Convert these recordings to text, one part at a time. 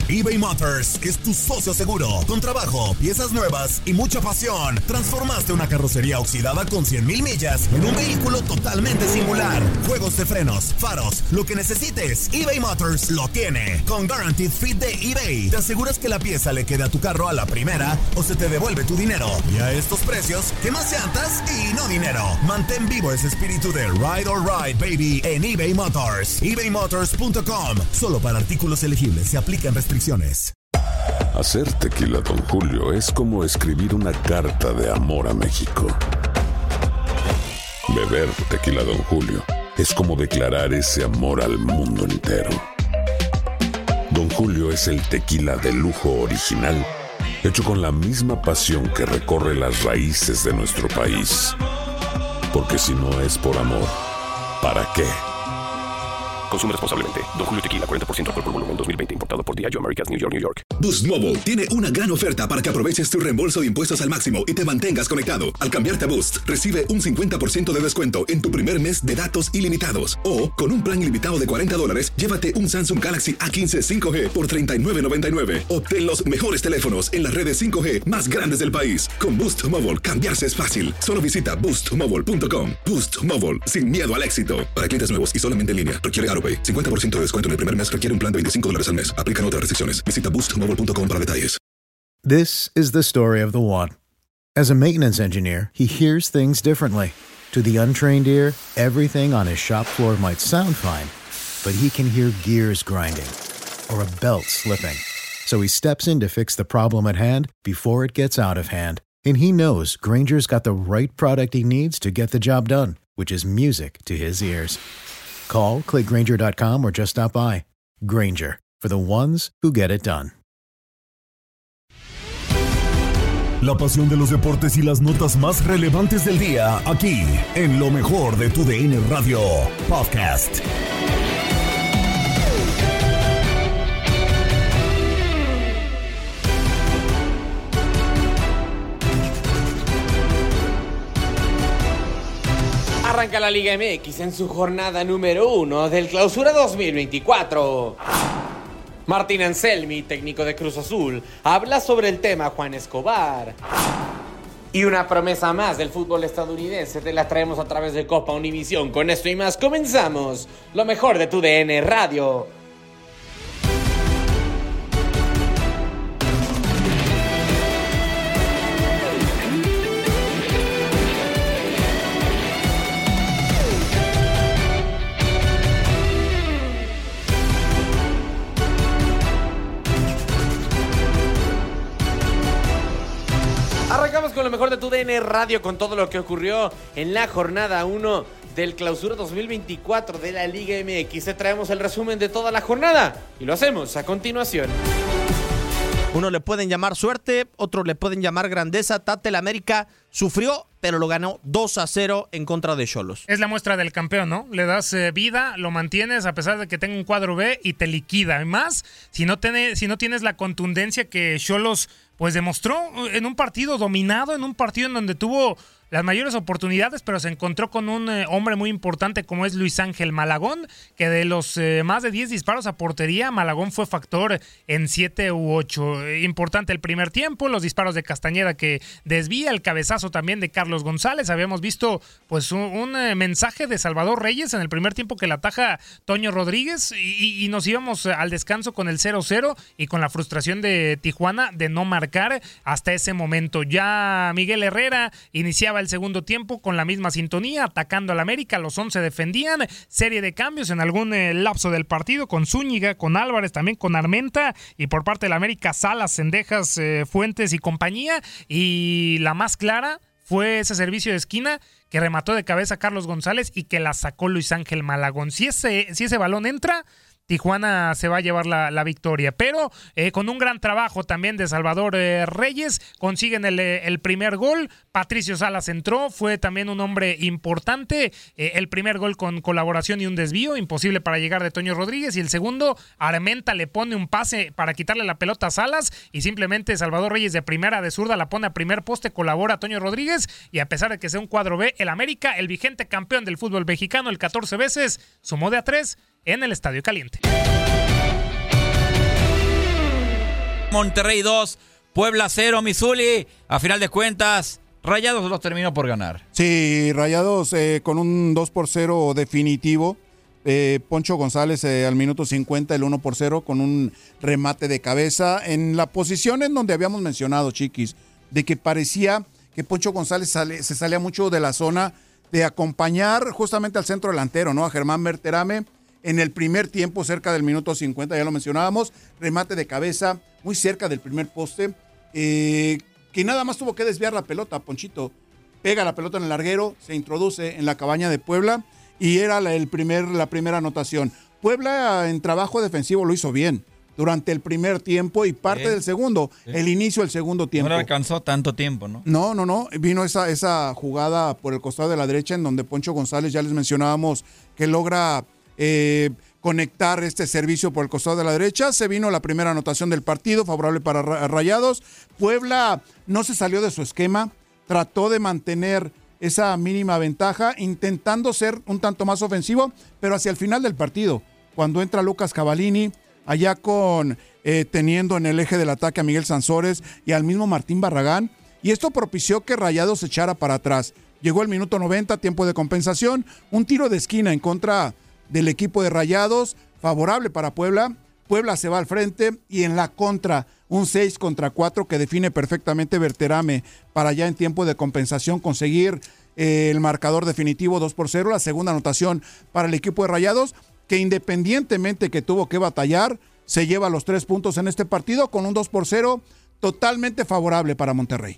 eBay Motors es tu socio seguro. Con trabajo, piezas nuevas y mucha pasión, transformaste una carrocería oxidada con 100,000 millas en un vehículo totalmente singular. Juegos de frenos, faros, lo que necesites, eBay Motors lo tiene. Con Guaranteed Fit de eBay, te aseguras que la pieza le quede a tu carro a la primera o se te devuelve tu dinero. Y a estos precios, ¿qué más llantas y no dinero? Mantén vivo ese espíritu de Ride or Ride, baby, en eBay Motors. ebaymotors.com. Solo para artículos elegibles se aplican restricciones. Hacer tequila Don Julio es como escribir una carta de amor a México. Beber tequila Don Julio es como declarar ese amor al mundo entero. Don Julio es el tequila de lujo original, hecho con la misma pasión que recorre las raíces de nuestro país. Porque si no es por amor, ¿para qué? Consume responsablemente. Don Julio Tequila, 40% alcohol por volumen, 2020. Importado por Diageo Americas, New York, New York. Boost Mobile tiene una gran oferta para que aproveches tu reembolso de impuestos al máximo y te mantengas conectado. Al cambiarte a Boost, recibe un 50% de descuento en tu primer mes de datos ilimitados. O, con un plan ilimitado de $40, llévate un Samsung Galaxy A15 5G por $39.99. Obtén los mejores teléfonos en las redes 5G más grandes del país. Con Boost Mobile, cambiarse es fácil. Solo visita boostmobile.com. Boost Mobile, sin miedo al éxito. Para clientes nuevos y solamente en línea, requiere AroPay. 50% de descuento en el primer mes requiere un plan de $25 al mes. Aplican otras restricciones. Visita boostmobile.com para detalles. This is the story of the one. As a maintenance engineer, he hears things differently. To the untrained ear, everything on his shop floor might sound fine, but he can hear gears grinding or a belt slipping. So he steps in to fix the problem at hand before it gets out of hand. And he knows Grainger's got the right product he needs to get the job done, which is music to his ears. Call, click Grainger.com or just stop by. Grainger, for the ones who get it done. La pasión de los deportes y las notas más relevantes del día, aquí, en lo mejor de tu DN Radio Podcast. Arranca la Liga MX en su jornada número 1 del Clausura 2024. Martín Anselmi, técnico de Cruz Azul, habla sobre el tema Juan Escobar. Y una promesa más del fútbol estadounidense te la traemos a través de Copa Univisión. Con esto y más comenzamos lo mejor de tu DN Radio. Arrancamos con lo mejor de tu DN Radio, con todo lo que ocurrió en la jornada 1 del Clausura 2024 de la Liga MX. Te traemos el resumen de toda la jornada y lo hacemos a continuación. Uno le pueden llamar suerte, otro le pueden llamar grandeza. Tate, el América sufrió, pero lo ganó 2-0 en contra de Xolos. Es la muestra del campeón, ¿no? Le das vida, lo mantienes a pesar de que tenga un cuadro B y te liquida. Y más, si no tienes la contundencia que Xolos pues demostró en un partido dominado, en un partido en donde tuvo las mayores oportunidades, pero se encontró con un hombre muy importante como es Luis Ángel Malagón, que de los más de 10 disparos a portería, Malagón fue factor en 7 u 8. Importante el primer tiempo, los disparos de Castañeda que desvía, el cabezazo también de Carlos González. Habíamos visto pues un mensaje de Salvador Reyes en el primer tiempo que la ataja Toño Rodríguez y nos íbamos al descanso con el 0-0 y con la frustración de Tijuana de no marcar hasta ese momento. Ya Miguel Herrera iniciaba el segundo tiempo con la misma sintonía, atacando al América, los 11 defendían, serie de cambios en algún lapso del partido, con Zúñiga, con Álvarez, también con Armenta, y por parte del América, Salas, Cendejas, Fuentes y compañía, y la más clara fue ese servicio de esquina que remató de cabeza Carlos González y que la sacó Luis Ángel Malagón. Si ese balón entra, Tijuana se va a llevar la victoria, pero con un gran trabajo también de Salvador Reyes, consiguen el primer gol. Patricio Salas entró, fue también un hombre importante, el primer gol con colaboración y un desvío, imposible para llegar de Toño Rodríguez, y el segundo, Armenta le pone un pase para quitarle la pelota a Salas, y simplemente Salvador Reyes de primera, de zurda, la pone a primer poste, colabora a Toño Rodríguez, y a pesar de que sea un cuadro B, el América, el vigente campeón del fútbol mexicano, el 14 veces, sumó de a 3 en el Estadio Caliente. Monterrey 2, Puebla 0, Misuli. A final de cuentas, Rayados los terminó por ganar. Sí, Rayados con un 2-0 definitivo. Poncho González al minuto 50, el 1-0 con un remate de cabeza en la posición en donde habíamos mencionado, Chiquis, de que parecía que Poncho González se salía mucho de la zona de acompañar justamente al centro delantero, ¿no? A Germán Berterame en el primer tiempo, cerca del minuto 50, ya lo mencionábamos, remate de cabeza muy cerca del primer poste, que nada más tuvo que desviar la pelota, Ponchito. Pega la pelota en el larguero, se introduce en la cabaña de Puebla y era la primera anotación. Puebla en trabajo defensivo lo hizo bien durante el primer tiempo y parte del segundo, el inicio del segundo tiempo. No le alcanzó tanto tiempo, ¿no? No. Vino esa jugada por el costado de la derecha en donde Poncho González, ya les mencionábamos, que logra conectar este servicio por el costado de la derecha. Se vino la primera anotación del partido, favorable para Rayados. Puebla no se salió de su esquema, trató de mantener esa mínima ventaja, intentando ser un tanto más ofensivo, pero hacia el final del partido, cuando entra Lucas Cavallini, allá teniendo en el eje del ataque a Miguel Sansores y al mismo Martín Barragán, y esto propició que Rayados se echara para atrás. Llegó el minuto 90, tiempo de compensación, un tiro de esquina en contra del equipo de Rayados, favorable para Puebla. Puebla se va al frente y en la contra, un 6-4 que define perfectamente Berterame para ya en tiempo de compensación conseguir el marcador definitivo 2-0, la segunda anotación para el equipo de Rayados, que independientemente que tuvo que batallar, se lleva los 3 puntos en este partido con un 2-0 totalmente favorable para Monterrey.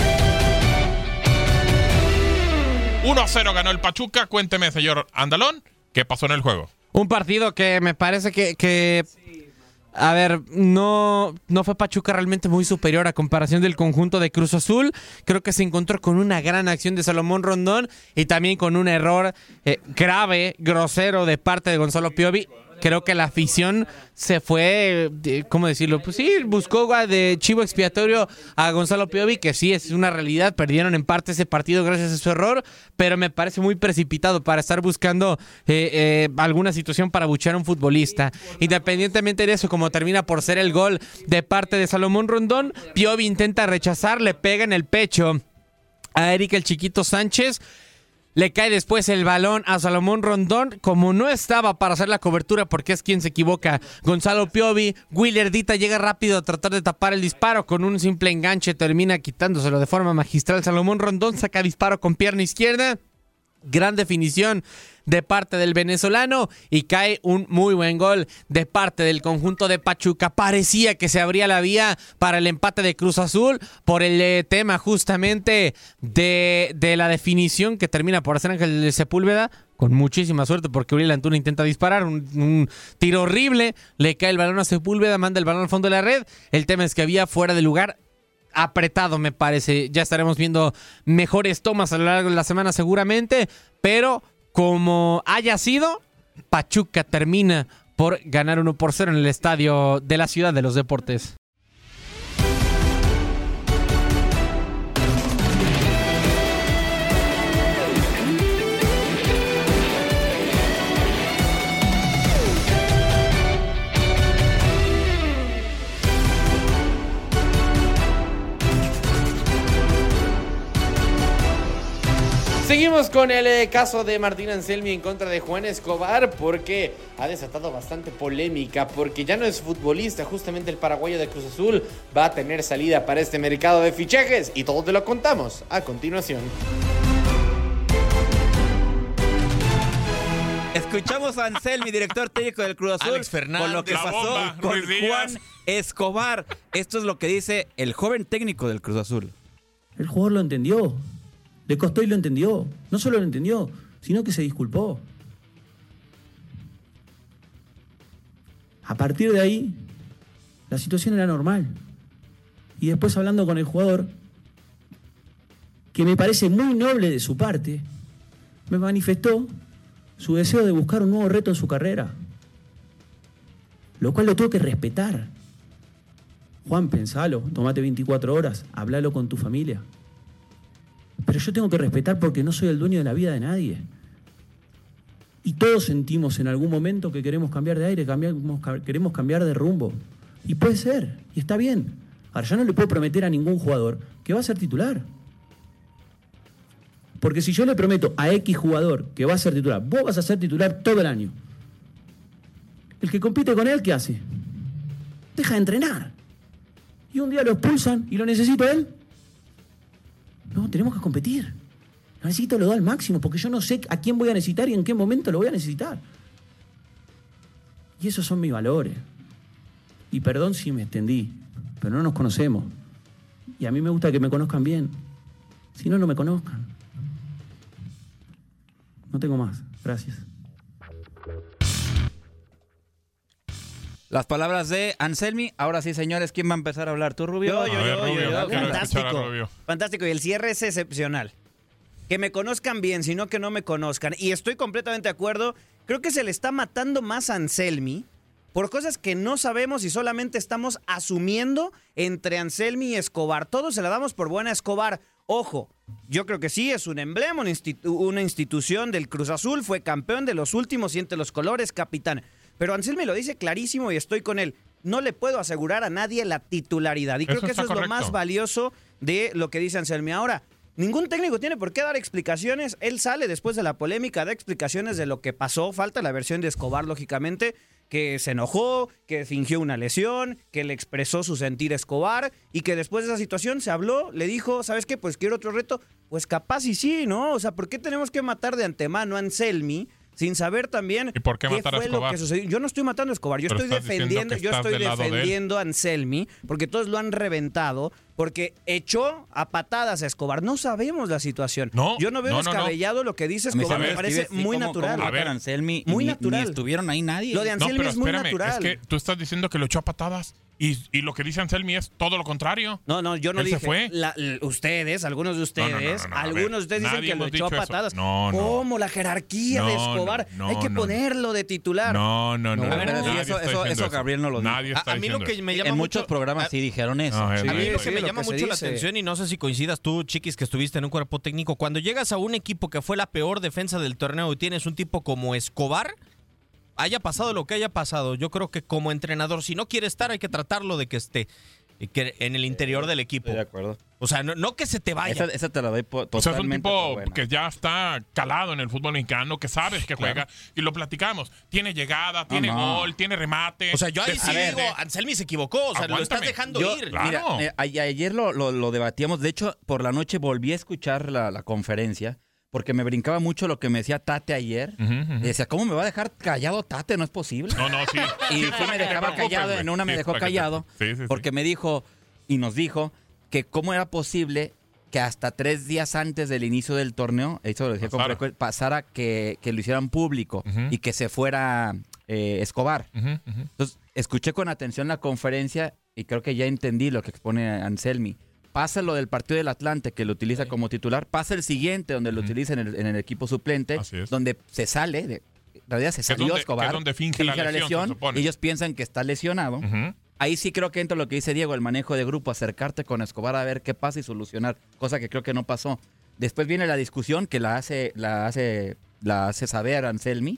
1-0 ganó el Pachuca. Cuénteme, señor Andalón, ¿qué pasó en el juego? Un partido que me parece que a ver, no fue Pachuca realmente muy superior a comparación del conjunto de Cruz Azul. Creo que se encontró con una gran acción de Salomón Rondón y también con un error grave, grosero de parte de Gonzalo Piovi. Creo que la afición se fue, ¿cómo decirlo? Pues sí, buscó de chivo expiatorio a Gonzalo Piovi, que sí, es una realidad. Perdieron en parte ese partido gracias a su error, pero me parece muy precipitado para estar buscando alguna situación para abuchear a un futbolista. Independientemente de eso, como termina por ser el gol de parte de Salomón Rondón, Piovi intenta rechazar, le pega en el pecho a Eric el Chiquito Sánchez. Le cae después el balón a Salomón Rondón, como no estaba para hacer la cobertura porque es quien se equivoca Gonzalo Piovi. Willardita llega rápido a tratar de tapar el disparo, con un simple enganche termina quitándoselo de forma magistral. Salomón Rondón saca disparo con pierna izquierda, gran definición de parte del venezolano y cae un muy buen gol de parte del conjunto de Pachuca. Parecía que se abría la vía para el empate de Cruz Azul por el tema justamente de la definición que termina por hacer Ángel Sepúlveda, con muchísima suerte porque Uriel Antuna intenta disparar, un tiro horrible, le cae el balón a Sepúlveda, manda el balón al fondo de la red. El tema es que había fuera de lugar, apretado me parece. Ya estaremos viendo mejores tomas a lo largo de la semana seguramente, pero como haya sido, Pachuca termina por ganar 1-0 en el estadio de la Ciudad de los Deportes. Seguimos con el caso de Martín Anselmi en contra de Juan Escobar, porque ha desatado bastante polémica, porque ya no es futbolista. Justamente el paraguayo de Cruz Azul va a tener salida para este mercado de fichajes y todo te lo contamos a continuación. Escuchamos a Anselmi, director técnico del Cruz Azul, Alex Fernández, con lo que pasó bomba, con Ruiz Díaz. Juan Escobar. Esto es lo que dice el joven técnico del Cruz Azul. El jugador lo entendió. Le costó y lo entendió. No solo lo entendió, sino que se disculpó. A partir de ahí, la situación era normal. Y después, hablando con el jugador, que me parece muy noble de su parte, me manifestó su deseo de buscar un nuevo reto en su carrera, lo cual lo tuve que respetar. Juan, pensalo, tomate 24 horas, hablalo con tu familia. Pero yo tengo que respetar porque no soy el dueño de la vida de nadie. Y todos sentimos en algún momento que queremos cambiar de aire, queremos cambiar de rumbo. Y puede ser. Y está bien. Ahora, yo no le puedo prometer a ningún jugador que va a ser titular. Porque si yo le prometo a X jugador que va a ser titular, vos vas a ser titular todo el año. El que compite con él, ¿qué hace? Deja de entrenar. Y un día lo expulsan y lo necesito a él. No, tenemos que competir. Lo necesito, lo doy al máximo, porque yo no sé a quién voy a necesitar y en qué momento lo voy a necesitar. Y esos son mis valores. Y perdón si me extendí, pero no nos conocemos. Y a mí me gusta que me conozcan bien. Si no, no me conozcan. No tengo más. Gracias. Las palabras de Anselmi. Ahora sí, señores, ¿quién va a empezar a hablar? ¿Tú, Rubio? Yo. Fantástico. Fantástico. Y el cierre es excepcional. Que me conozcan bien, sino que no me conozcan. Y estoy completamente de acuerdo. Creo que se le está matando más a Anselmi por cosas que no sabemos y solamente estamos asumiendo entre Anselmi y Escobar. Todos se la damos por buena a Escobar. Ojo, yo creo que sí, es un emblema, una institución del Cruz Azul, fue campeón de los últimos, siente los colores, capitán. Pero Anselmi lo dice clarísimo y estoy con él. No le puedo asegurar a nadie la titularidad. Y creo que eso es lo más valioso de lo que dice Anselmi. Ahora, ningún técnico tiene por qué dar explicaciones. Él sale después de la polémica, da explicaciones de lo que pasó. Falta la versión de Escobar, lógicamente, que se enojó, que fingió una lesión, que le expresó su sentir Escobar y que después de esa situación se habló, le dijo, ¿sabes qué? Pues quiero otro reto. Pues capaz y sí, ¿no? O sea, ¿por qué tenemos que matar de antemano a Anselmi sin saber también ¿Y por qué matar fue a Escobar? Lo que sucedió? Yo no estoy matando a Escobar, yo estoy defendiendo a Anselmi porque todos lo han reventado, porque echó a patadas a Escobar. No sabemos la situación. Yo no veo descabellado lo que dice Escobar, me parece muy natural. A ver, Anselmi, muy ni natural. estuvieron ahí nadie. Lo de Anselmi es muy natural. Es que tú estás diciendo que lo echó a patadas y lo que dice Anselmi es todo lo contrario. No, yo no Él dije. se fue. Ustedes, algunos de ustedes, algunos de ustedes dicen que lo echó a patadas. ¿Cómo? La jerarquía de Escobar. Hay que ponerlo de titular. No. Eso Gabriel no lo dijo. A mí lo que me llama en mucho, muchos programas sí dijeron eso. A mí lo que me llama mucho la atención, y no sé si coincidas tú, Chiquis, que estuviste en un cuerpo técnico, cuando llegas a un equipo que fue la peor defensa del torneo y tienes un tipo como Escobar, haya pasado lo que haya pasado, yo creo que como entrenador, si no quiere estar, hay que tratarlo de que esté en el interior del equipo. Estoy de acuerdo. O sea, no que se te vaya. Esa te la doy totalmente. O sea, es un tipo que ya está calado en el fútbol mexicano, que sabes que juega, y lo platicamos. Tiene llegada, tiene gol, tiene remate. O sea, yo ahí sí digo, Anselmi se equivocó, o sea, lo estás dejando ir. Claro. Mira, ayer lo debatíamos, de hecho, por la noche volví a escuchar la conferencia, porque me brincaba mucho lo que me decía Tate ayer. Y decía, ¿cómo me va a dejar callado Tate? No es posible. No, sí. Y sí me dejaba callado, en una me dejó callado, porque me dijo, y nos dijo, que cómo era posible que hasta 3 días antes del inicio del torneo, eso lo decía con frecuencia, pasara que lo hicieran público y que se fuera Escobar. Entonces, escuché con atención la conferencia y creo que ya entendí lo que expone Anselmi. Pasa lo del partido del Atlante, que lo utiliza como titular. Pasa el siguiente, donde lo utiliza en el equipo suplente, donde se sale. En realidad se salió Escobar. Que es donde finge la lesión y ellos piensan que está lesionado. Ahí sí creo que entra lo que dice Diego, el manejo de grupo, acercarte con Escobar a ver qué pasa y solucionar, cosa que creo que no pasó. Después viene la discusión que la hace saber Anselmi.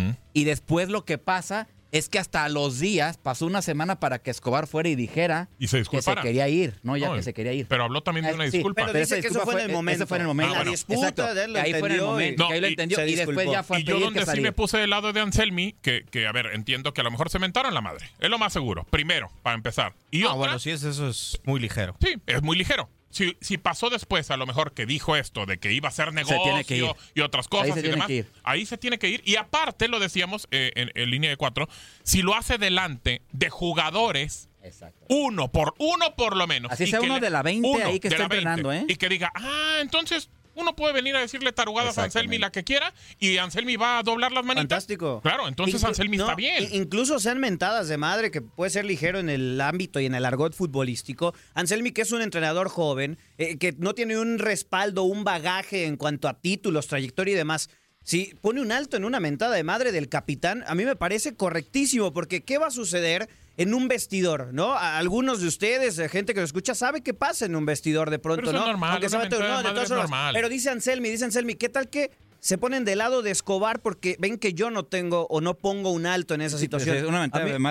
Y después lo que pasa es que hasta los días, pasó una semana para que Escobar fuera y dijera que se quería ir, que se quería ir. Pero habló también de una disculpa. Pero dice que eso fue en el momento. Eso fue en el momento. La disputa de él lo ahí fue en el momento, que ahí lo entendió y después ya fue a pedir que saliera. Y yo donde sí me puse del lado de Anselmi, que a ver, entiendo que a lo mejor se mentaron la madre. Es lo más seguro. Primero, para empezar. Y bueno, sí, eso es muy ligero. Sí, es muy ligero. Si pasó después, a lo mejor que dijo esto de que iba a hacer negocio y otras cosas y demás, ahí se tiene que ir. Y aparte, lo decíamos en línea de 4, si lo hace delante de jugadores, uno por lo menos. Así sea uno de la 20 ahí que está entrenando, Y que diga, entonces uno puede venir a decirle tarugadas a Anselmi la que quiera y Anselmi va a doblar las manitas. Fantástico. Claro, entonces Anselmi está bien. Incluso sean mentadas de madre, que puede ser ligero en el ámbito y en el argot futbolístico. Anselmi, que es un entrenador joven, que no tiene un respaldo, un bagaje en cuanto a títulos, trayectoria y demás. Si pone un alto en una mentada de madre del capitán, a mí me parece correctísimo, porque ¿qué va a suceder en un vestidor, no? Algunos de ustedes, gente que lo escucha, sabe qué pasa en un vestidor de pronto, pero eso ¿no? Es normal, aunque sabe es normal. Pero dice Anselmi, ¿qué tal que se ponen del lado de Escobar porque ven que yo no tengo o no pongo un alto en esa situación? Una mentada de madre es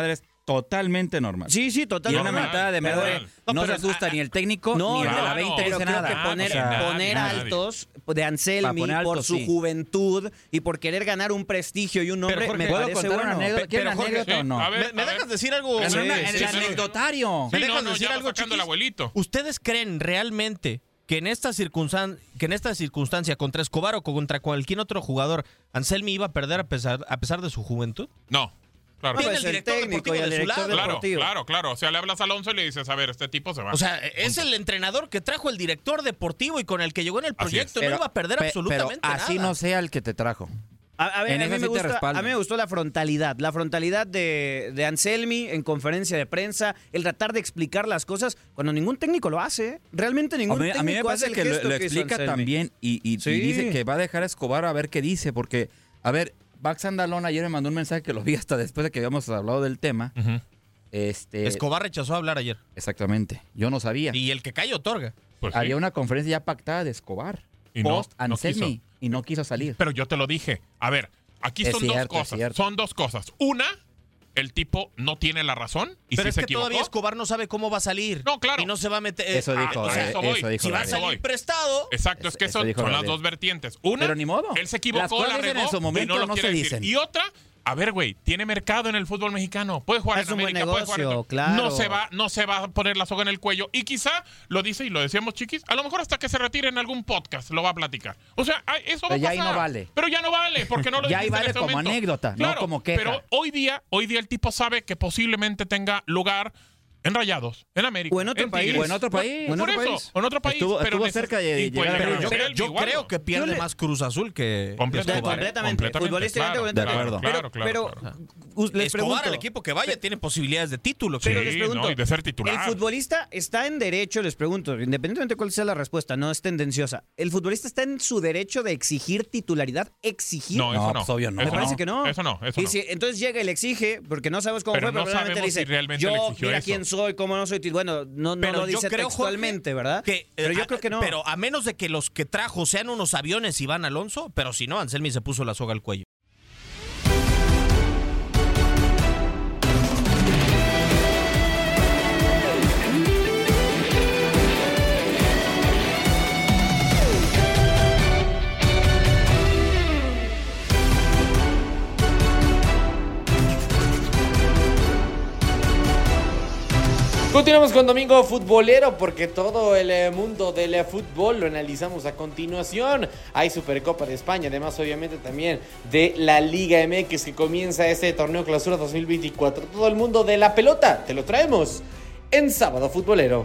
totalmente normal. Sí, totalmente. Y una mentada de madre no se asusta ni el técnico ni el de la 20 dice nada. Creo que poner altos de Anselmi por su juventud y por querer ganar un prestigio y un nombre, Jorge, me ¿puedo parece contar una anécdota? ¿Quieren anécdota o no? ¿Me dejas decir algo? En el anecdotario. ¿Me dejas decir algo, chiquis? El abuelito. ¿Ustedes creen realmente que en esta circunstancia contra Escobar o contra cualquier otro jugador, Anselmi iba a perder a pesar de su juventud? No. Claro. Tiene el director deportivo de su lado. Claro. O sea, le hablas a Alonso y le dices, a ver, este tipo se va. O sea, es el entrenador que trajo el director deportivo y con el que llegó en el proyecto. No iba a perder absolutamente nada. Así no sea el que te trajo. A mí me gustó la frontalidad de Anselmi en conferencia de prensa, el tratar de explicar las cosas cuando ningún técnico lo hace. Realmente ningún técnico a mí me parece hace que lo explica también y dice que va a dejar a Escobar a ver qué dice, porque, a ver, Bax Andalón ayer me mandó un mensaje que lo vi hasta después de que habíamos hablado del tema. Escobar rechazó hablar ayer. Exactamente, yo no sabía. Y el que cae otorga. Pues había una conferencia ya pactada de Escobar. Y post Anselmi. Y no quiso salir. Pero yo te lo dije. A ver, aquí son dos cosas. Son dos cosas. Una, el tipo no tiene la razón. Y pero si es se que equivocó, todavía Escobar no sabe cómo va a salir. No, claro. Y no se va a meter. Eso dijo. Eso dijo. Si va a salir prestado. Exacto, es que son las dos vertientes. Una, pero ni modo. Él se equivocó, la regó, en su momento y no lo se quiere dicen. decir. Y otra, a ver, güey, tiene mercado en el fútbol mexicano. Puede jugar en América, puede jugar en... claro. No se va a poner la soga en el cuello. Y quizá, lo dice y lo decíamos, chiquis, a lo mejor hasta que se retire en algún podcast lo va a platicar. O sea, eso va a pasar. Pero ya ahí no vale. Pero ya no vale, porque no lo ya ahí dijiste vale en este como momento. anécdota, claro, no como queja. Pero hoy día el tipo sabe que posiblemente tenga lugar en Rayados, en América, o en otro país. O en otro país. Por eso, o en otro país. Estuvo cerca de llegar a yo creo que pierde más Cruz Azul que completamente. Futbolísticamente, claro. Pero les pregunto, el equipo que vaya tiene posibilidades de título. Pero les pregunto, y de ser titular. ¿El futbolista está en derecho, les pregunto, independientemente de cuál sea la respuesta, no es tendenciosa, ¿el futbolista está en su derecho de exigir titularidad? ¿Exigir? No, eso no. Pues obvio no. Me parece que no. Eso no. Y si entonces llega y le exige, porque no sabemos cómo fue, pero probablemente le dice, mira quién soy, cómo no soy. Bueno, no lo dice textualmente, ¿verdad? Pero yo creo que no. Pero a menos de que los que trajo sean unos aviones Iván Alonso, pero si no, Anselmi se puso la soga al cuello. Continuamos con Domingo Futbolero porque todo el mundo del fútbol lo analizamos a continuación. Hay Supercopa de España, además obviamente también de la Liga MX que comienza este torneo Clausura 2024. Todo el mundo de la pelota te lo traemos en Sábado Futbolero.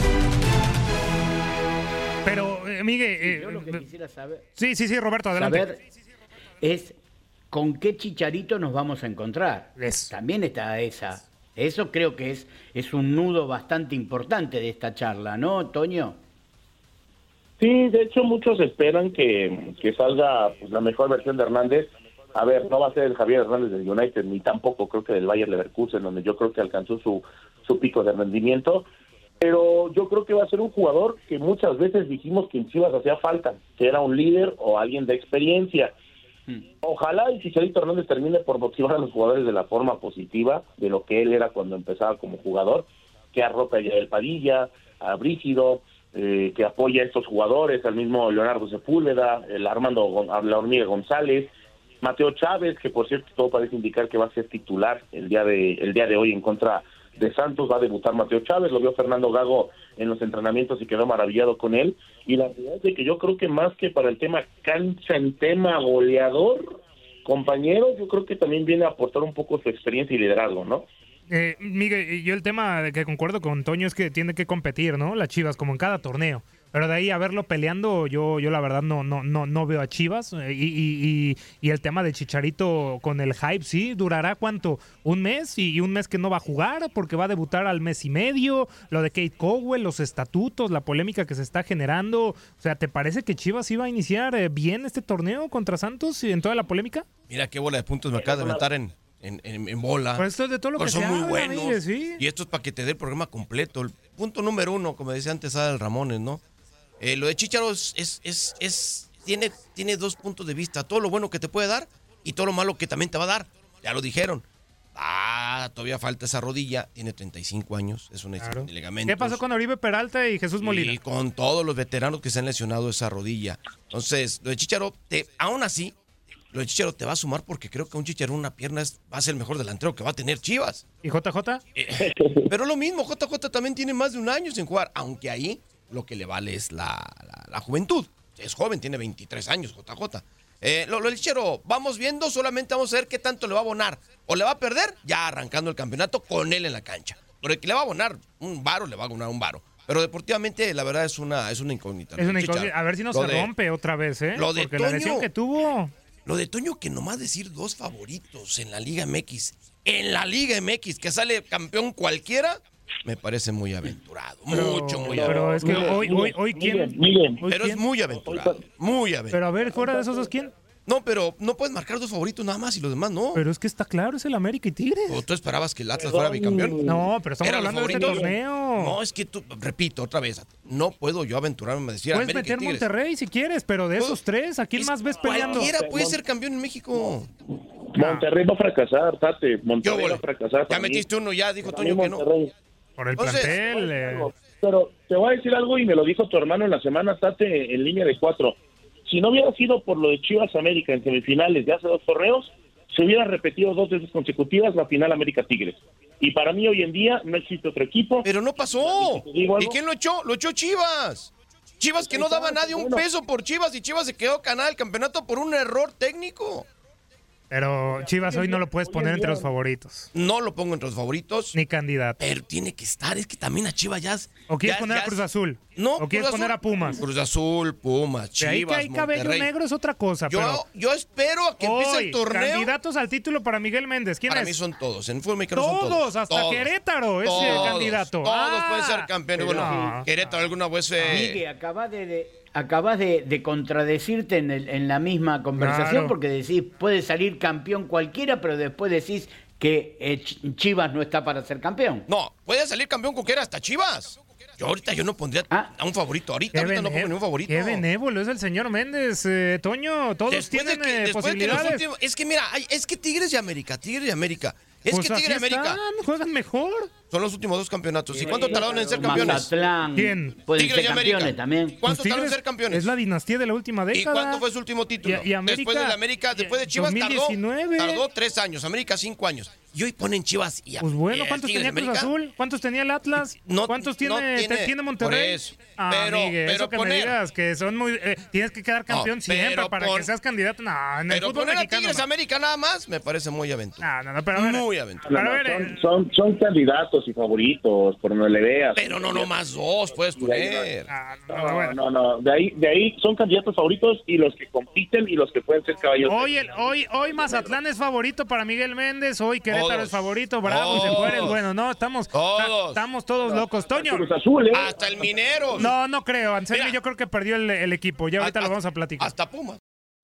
Pero, Miguel... yo lo que quisiera saber... Sí, Roberto, adelante. Saber es con qué Chicharito nos vamos a encontrar. También está esa... Eso creo que es un nudo bastante importante de esta charla, ¿no, Toño? Sí, de hecho muchos esperan que salga pues, la mejor versión de Hernández. A ver, no va a ser el Javier Hernández del United, ni tampoco creo que del Bayer Leverkusen, donde yo creo que alcanzó su pico de rendimiento. Pero yo creo que va a ser un jugador que muchas veces dijimos que en Chivas hacía falta, que era un líder o alguien de experiencia. Ojalá y Chicharito Hernández termine por motivar a los jugadores de la forma positiva de lo que él era cuando empezaba como jugador, que arrope a Yael Padilla, a Brígido, que apoya a estos jugadores, al mismo Leonardo Sepúlveda, el Armando La Hormiga González, Mateo Chávez, que por cierto todo parece indicar que va a ser titular el día de hoy en contra de Santos. Va a debutar Mateo Chávez, lo vio Fernando Gago en los entrenamientos y quedó maravillado con él. Y la verdad es de que yo creo que más que para el tema cancha, en tema goleador, compañero, yo creo que también viene a aportar un poco su experiencia y liderazgo, ¿no? Miguel, yo el tema de que concuerdo con Toño es que tiene que competir, ¿no? Las Chivas, como en cada torneo. Pero de ahí a verlo peleando, yo la verdad no veo a Chivas. Y el tema de Chicharito con el hype, sí, durará ¿cuánto? ¿Un mes? Y un mes que no va a jugar porque va a debutar al mes y medio. Lo de Kate Cowell, los estatutos, la polémica que se está generando. O sea, ¿te parece que Chivas iba a iniciar bien este torneo contra Santos y en toda la polémica? Mira qué bola de puntos me acabas de meter en bola. Pues esto es de todo lo que son se muy habla, buenos. Miguel, ¿sí? Y esto es para que te dé el programa completo. El punto número 1, como decía antes Adal Ramones, ¿no? Lo de Chícharo tiene dos puntos de vista. Todo lo bueno que te puede dar y todo lo malo que también te va a dar. Ya lo dijeron. Va todavía falta esa rodilla, tiene 35 años, es una lesión de ligamentos. ¿Qué pasó con Oribe Peralta y Jesús Molina? Y con todos los veteranos que se han lesionado esa rodilla. Entonces, lo de Chícharo, aún así, lo de Chícharo te va a sumar porque creo que un Chícharo en una pierna va a ser el mejor delantero que va a tener Chivas. ¿Y JJ? Pero lo mismo, JJ también tiene más de un año sin jugar, aunque ahí lo que le vale es la juventud. Es joven, tiene 23 años, JJ. Lo del Chícharo, vamos viendo, solamente vamos a ver qué tanto le va a abonar. O le va a perder, ya arrancando el campeonato con él en la cancha. Porque el que le va a abonar un varo, le va a abonar un varo. Pero deportivamente, la verdad, es una incógnita. Es una incógnita. A ver si no se rompe otra vez, ¿eh? Lo de porque Toño, la lesión que tuvo... Lo de Toño, que nomás decir 2 favoritos en la Liga MX. En la Liga MX, que sale campeón cualquiera, me parece muy aventurado. Mucho, muy aventurado. Pero es que hoy ¿quién? Pero es muy aventurado. Muy aventurado. Pero a ver, fuera de esos dos, ¿quién? No, pero no puedes marcar 2 favoritos nada más y los demás no. Pero es que está claro, es el América y Tigres. ¿O tú esperabas que el Atlas fuera bicampeón? No, pero estamos hablando de este torneo. No, es que tú, repito otra vez, no puedo yo aventurarme a decir Puedes América meter y Tigres. Monterrey si quieres, pero de esos 3, ¿a quién más ves peleando? Cualquiera puede ser campeón en México. Monterrey va a fracasar, Tate. Monterrey va a fracasar. Ya metiste uno, ya dijo Toño que no. Por el plantel. Pero te voy a decir algo y me lo dijo tu hermano en la semana, Tate, en línea de 4. Si no hubiera sido por lo de Chivas América en semifinales de hace 2 torneos, se hubiera repetido 2 veces consecutivas la final América Tigres. Y para mí hoy en día no existe otro equipo. Pero no pasó. ¿Y quién lo echó? Lo echó Chivas. Chivas que no daba a nadie un peso por Chivas y Chivas se quedó ganada el campeonato por un error técnico. Pero Chivas hoy no lo puedes poner entre los favoritos. No lo pongo entre los favoritos. Ni candidato. Pero tiene que estar, es que también a Chivas ya... ¿O quieres poner a Cruz Azul? No, ¿O quieres poner a Pumas? Cruz Azul, Pumas, Chivas, de ahí que hay cabello Monterrey. negro es otra cosa. Yo espero a que empiece el torneo. Candidatos al título para Miguel Méndez. ¿Quién para es? mí son todos. En fútbol mexicano son todos. Hasta Querétaro es el candidato. Todos pueden ser campeones. Bueno, Querétaro alguna vez... Miguel, acabas de contradecirte en la misma conversación porque decís, puede salir campeón cualquiera, pero después decís que Chivas no está para ser campeón. No, puede salir campeón cualquiera, hasta Chivas. Yo no pondría a un favorito. Ahorita no pongo ningún favorito. Qué benévolo es el señor Méndez, Toño. Todos tienen posibilidades. Es que mira, es que Tigres y América. Es pues que Tigres y América juegan mejor. Son los últimos 2 campeonatos. ¿Y cuánto tardaron en ser campeones? Mazatlán. ¿Quién? Tigres y América. También. ¿Cuánto tardaron en ser campeones? Es la dinastía de la última década. ¿Y cuánto fue su último título? Y América, después de la América, después de Chivas 2019. tardó 3 años. América 5 años. Y hoy ponen Chivas y pues bueno, ¿cuántos tenía Cruz Azul? ¿Cuántos tenía el Atlas? ¿Cuántos tiene Monterrey? Eso. Pero eso que me digas que son muy tienes que quedar campeón siempre para que seas candidato. No, en el fútbol poner mexicano, a Tigres América nada más me parece muy aventurado. No, pero a ver, muy aventurado. Son candidatos y favoritos, por donde le veas. Pero no más 2 puedes poner. No. De ahí son candidatos favoritos y los que compiten y los que pueden ser caballos. Hoy Mazatlán es favorito para Miguel Méndez, hoy Querétaro es favorito, Bravo y se fuera. Bueno, no, estamos todos locos. Toño. Cruz Azul, hasta el Minero. No creo, Anselmi yo creo que perdió el equipo, ya ahorita lo vamos a platicar. Hasta Pumas.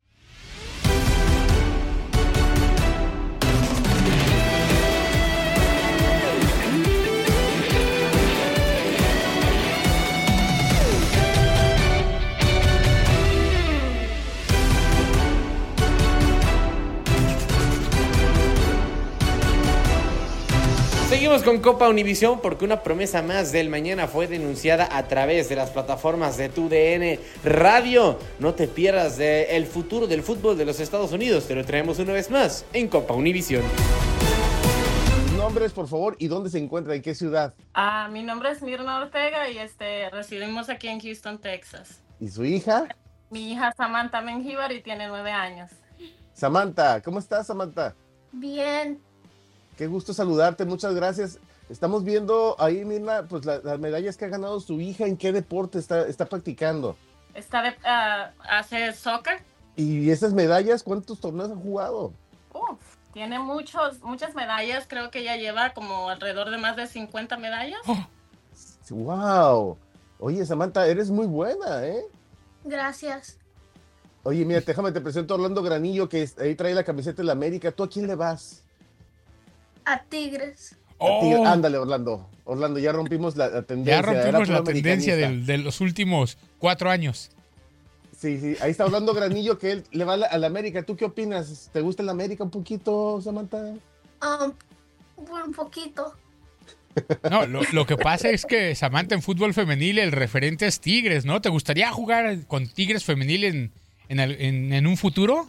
Seguimos con Copa Univisión porque una promesa más del mañana fue denunciada a través de las plataformas de TUDN Radio. No te pierdas el futuro del fútbol de los Estados Unidos. Te lo traemos una vez más en Copa Univisión. Nombres, por favor, y dónde se encuentra, en qué ciudad. Mi nombre es Mirna Ortega y residimos aquí en Houston, Texas. ¿Y su hija? Mi hija Samantha Mengíbar y tiene 9 años. Samantha, ¿cómo estás, Samantha? Bien. Qué gusto saludarte, muchas gracias. Estamos viendo ahí, Mirna, pues las medallas que ha ganado su hija. ¿En qué deporte está practicando? Hace soccer. ¿Y esas medallas, cuántos torneos ha jugado? Tiene muchas medallas. Creo que ella lleva como alrededor de más de 50 medallas. ¡Wow! Oye, Samantha, eres muy buena, ¿eh? Gracias. Oye, mira, déjame te presento a Orlando Granillo, que ahí trae la camiseta de la América. ¿Tú a quién le vas? A Tigres. Ándale, Orlando. Orlando, ya rompimos la tendencia. Ya rompimos la tendencia de los últimos 4 años. Sí, ahí está Orlando Granillo, que él le va a la América. ¿Tú qué opinas? ¿Te gusta la América un poquito, Samantha? Un poquito. No, lo que pasa es que Samantha en fútbol femenil el referente es Tigres, ¿no? ¿Te gustaría jugar con Tigres femenil en un futuro?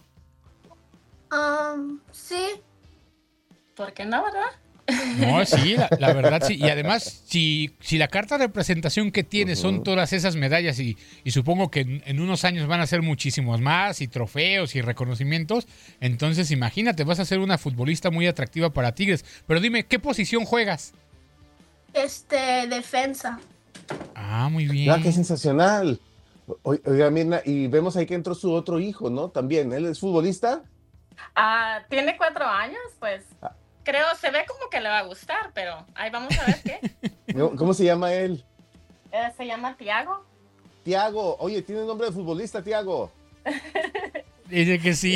Sí. ¿Por qué no, verdad? No, sí, la verdad sí. Y además, si la carta de presentación que tienes son todas esas medallas y supongo que en unos años van a ser muchísimos más y trofeos y reconocimientos, entonces imagínate, vas a ser una futbolista muy atractiva para Tigres. Pero dime, ¿qué posición juegas? Defensa. Ah, muy bien. Ah, qué sensacional. Oiga, Mirna, y vemos ahí que entró su otro hijo, ¿no? También, ¿él es futbolista? Tiene 4 años, pues creo, se ve como que le va a gustar, pero ahí vamos a ver qué. ¿Cómo se llama él? Se llama Tiago. Tiago, oye, tiene nombre de futbolista, Tiago. Dice que sí.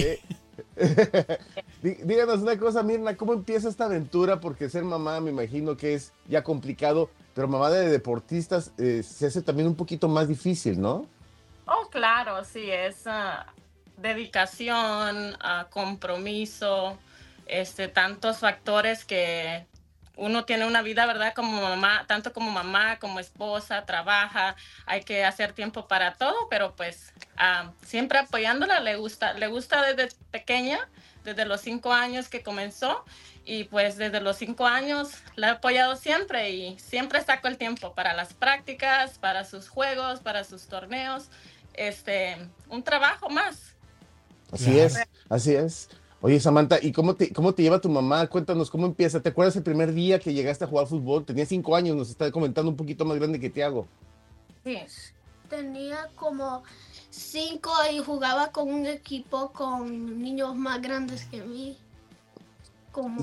Díganos una cosa, Mirna, ¿cómo empieza esta aventura? Porque ser mamá me imagino que es ya complicado, pero mamá de deportistas se hace también un poquito más difícil, ¿no? Oh, claro, sí, es dedicación, compromiso, tantos factores que uno tiene una vida, ¿verdad? Como mamá, tanto como mamá, como esposa, trabaja, hay que hacer tiempo para todo, pero pues siempre apoyándola, le gusta desde pequeña, desde los 5 años que comenzó, y pues desde los 5 años la he apoyado siempre y siempre saco el tiempo para las prácticas, para sus juegos, para sus torneos, un trabajo más. Así es. Oye, Samantha, ¿y cómo te lleva tu mamá? Cuéntanos, ¿cómo empieza? ¿Te acuerdas el primer día que llegaste a jugar fútbol? Tenía 5 años, nos está comentando, un poquito más grande que Tiago. Sí. Tenía como 5 y jugaba con un equipo con niños más grandes que mí. Como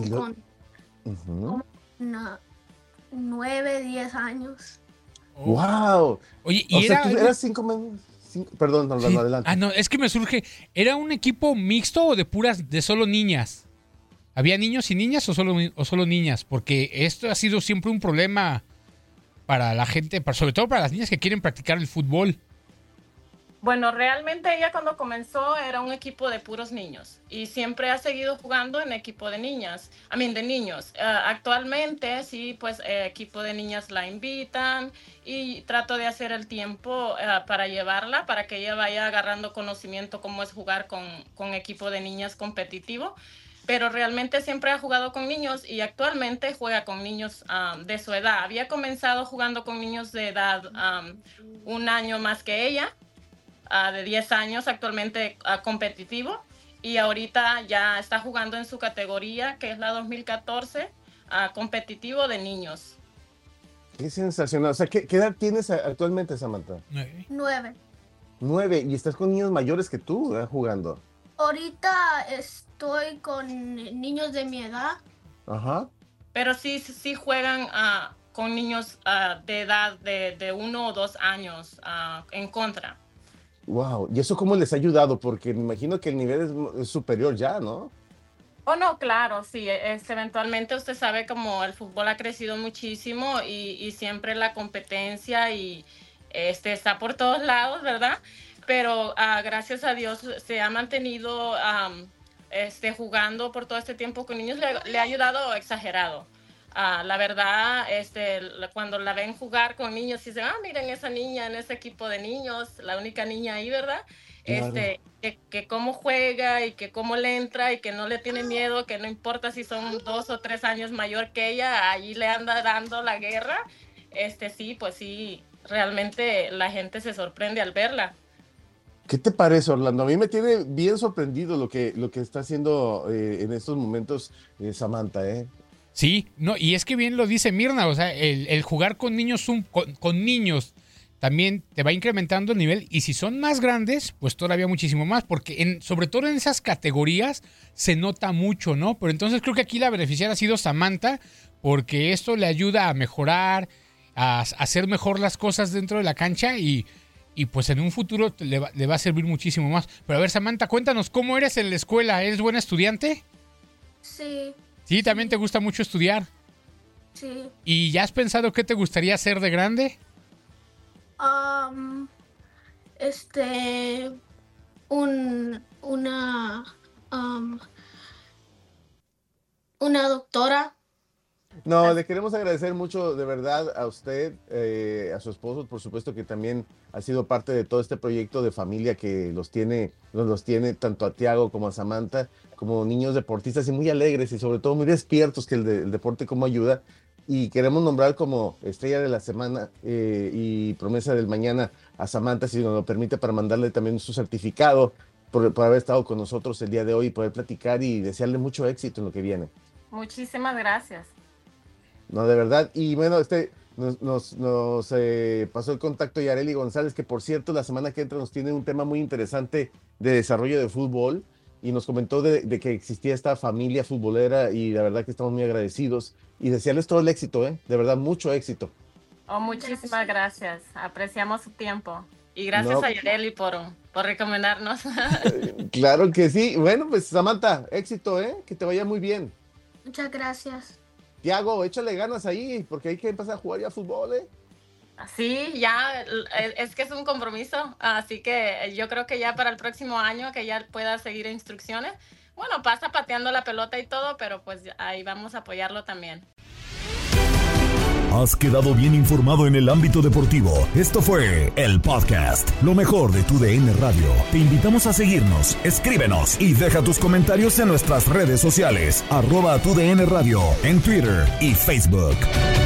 9, 10 años. ¡Wow! Oye, ¿y tú eras 5 menos? Perdón, no, sí. Adelante. No, es que me surge, ¿era un equipo mixto o de solo niñas? ¿Había niños y niñas o solo niñas? Porque esto ha sido siempre un problema para la gente, sobre todo para las niñas que quieren practicar el fútbol. Bueno, realmente ella cuando comenzó era un equipo de puros niños y siempre ha seguido jugando en equipo de niñas, de niños. Actualmente sí, pues equipo de niñas la invitan y trato de hacer el tiempo para llevarla, para que ella vaya agarrando conocimiento cómo es jugar con equipo de niñas competitivo. Pero realmente siempre ha jugado con niños y actualmente juega con niños de su edad. Había comenzado jugando con niños de edad 1 año más que ella, de 10 años, actualmente competitivo, y ahorita ya está jugando en su categoría, que es la 2014, competitivo de niños. Qué sensacional. O sea, ¿qué edad tienes actualmente, Samantha? 9. 9, y estás con niños mayores que tú, jugando. Ahorita estoy con niños de mi edad. Ajá. Pero sí juegan con niños de edad de 1 o 2 años en contra. Wow, ¿y eso cómo les ha ayudado? Porque me imagino que el nivel es superior ya, ¿no? Oh, no, claro, sí. Eventualmente usted sabe como el fútbol ha crecido muchísimo y siempre la competencia y está por todos lados, ¿verdad? Pero gracias a Dios se ha mantenido jugando por todo este tiempo con niños, le ha ayudado exagerado. La verdad, cuando la ven jugar con niños, dicen, miren esa niña en ese equipo de niños, la única niña ahí, ¿verdad? Claro. Que cómo juega y que cómo le entra y que no le tiene miedo, que no importa si son 2 o 3 años mayor que ella, allí le anda dando la guerra. Sí, pues sí, realmente la gente se sorprende al verla. ¿Qué te parece, Orlando? A mí me tiene bien sorprendido lo que está haciendo en estos momentos Samantha, ¿eh? Sí, no, y es que bien lo dice Mirna, o sea, el jugar con niños con niños también te va incrementando el nivel, y si son más grandes, pues todavía muchísimo más, porque sobre todo en esas categorías se nota mucho, ¿no? Pero entonces creo que aquí la beneficiaria ha sido Samantha, porque esto le ayuda a mejorar, a hacer mejor las cosas dentro de la cancha y pues en un futuro le va a servir muchísimo más. Pero a ver, Samantha, cuéntanos, ¿cómo eres en la escuela? ¿Eres buena estudiante? Sí. ¿Sí? ¿También te gusta mucho estudiar? Sí. ¿Y ya has pensado qué te gustaría hacer de grande? Una doctora. No, le queremos agradecer mucho, de verdad, a usted, a su esposo, por supuesto, que también ha sido parte de todo este proyecto de familia que los tiene tanto a Tiago como a Samantha, como niños deportistas y muy alegres y sobre todo muy despiertos, que el deporte como ayuda. Y queremos nombrar como estrella de la semana y promesa del mañana a Samantha, si nos lo permite, para mandarle también su certificado por haber estado con nosotros el día de hoy, poder platicar y desearle mucho éxito en lo que viene. Muchísimas gracias. No, de verdad. Y bueno, nos pasó el contacto Yareli González, que por cierto la semana que entra nos tiene un tema muy interesante de desarrollo de fútbol y nos comentó de que existía esta familia futbolera y la verdad que estamos muy agradecidos y desearles todo el éxito, de verdad, mucho éxito. Muchísimas gracias. Apreciamos su tiempo. Y gracias a Yareli por recomendarnos. Claro que sí. Bueno, pues Samantha, éxito, que te vaya muy bien. Muchas gracias. Tiago, échale ganas ahí, porque hay que empezar a jugar ya fútbol, Sí, ya, es que es un compromiso, así que yo creo que ya para el próximo año que ya pueda seguir instrucciones. Bueno, pasa pateando la pelota y todo, pero pues ahí vamos a apoyarlo también. Has quedado bien informado en el ámbito deportivo. Esto fue el podcast, lo mejor de TUDN Radio. Te invitamos a seguirnos, escríbenos y deja tus comentarios en nuestras redes sociales, @TUDN Radio, en Twitter y Facebook.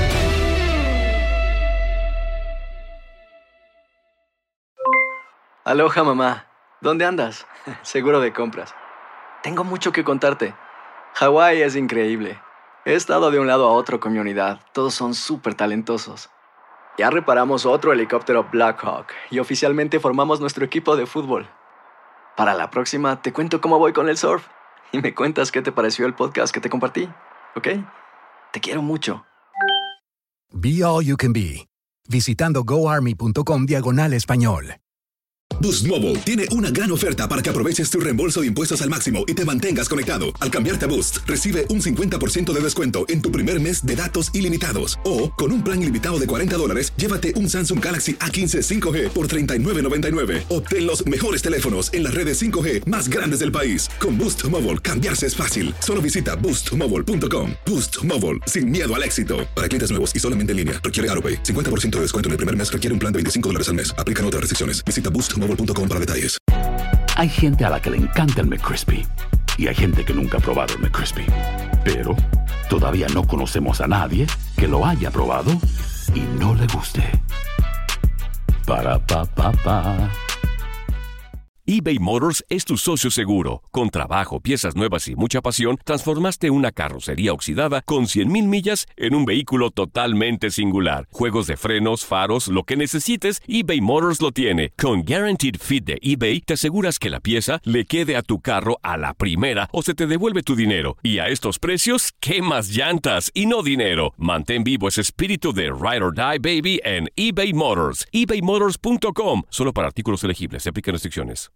Aloha, mamá. ¿Dónde andas? Seguro de compras. Tengo mucho que contarte. Hawái es increíble. He estado de un lado a otro con mi unidad. Todos son súper talentosos. Ya reparamos otro helicóptero Blackhawk y oficialmente formamos nuestro equipo de fútbol. Para la próxima te cuento cómo voy con el surf y me cuentas qué te pareció el podcast que te compartí, ¿ok? Te quiero mucho. Be All You Can Be. Visitando goarmy.com/español. Boost Mobile tiene una gran oferta para que aproveches tu reembolso de impuestos al máximo y te mantengas conectado. Al cambiarte a Boost, recibe un 50% de descuento en tu primer mes de datos ilimitados. O, con un plan ilimitado de $40, llévate un Samsung Galaxy A15 5G por $39.99. Obtén los mejores teléfonos en las redes 5G más grandes del país. Con Boost Mobile, cambiarse es fácil. Solo visita boostmobile.com. Boost Mobile, sin miedo al éxito. Para clientes nuevos y solamente en línea, requiere AutoPay. 50% de descuento en el primer mes requiere un plan de $25 al mes. Aplican otras restricciones. Visita boostmobile.com para detalles. Hay gente a la que le encanta el McCrispy y hay gente que nunca ha probado el McCrispy. Pero todavía no conocemos a nadie que lo haya probado y no le guste. Para pa pa pa. eBay Motors es tu socio seguro. Con trabajo, piezas nuevas y mucha pasión, transformaste una carrocería oxidada con 100,000 millas en un vehículo totalmente singular. Juegos de frenos, faros, lo que necesites, eBay Motors lo tiene. Con Guaranteed Fit de eBay, te aseguras que la pieza le quede a tu carro a la primera o se te devuelve tu dinero. Y a estos precios, ¿qué más llantas y no dinero? Mantén vivo ese espíritu de Ride or Die, baby, en eBay Motors. ebaymotors.com. Solo para artículos elegibles. Se aplican restricciones.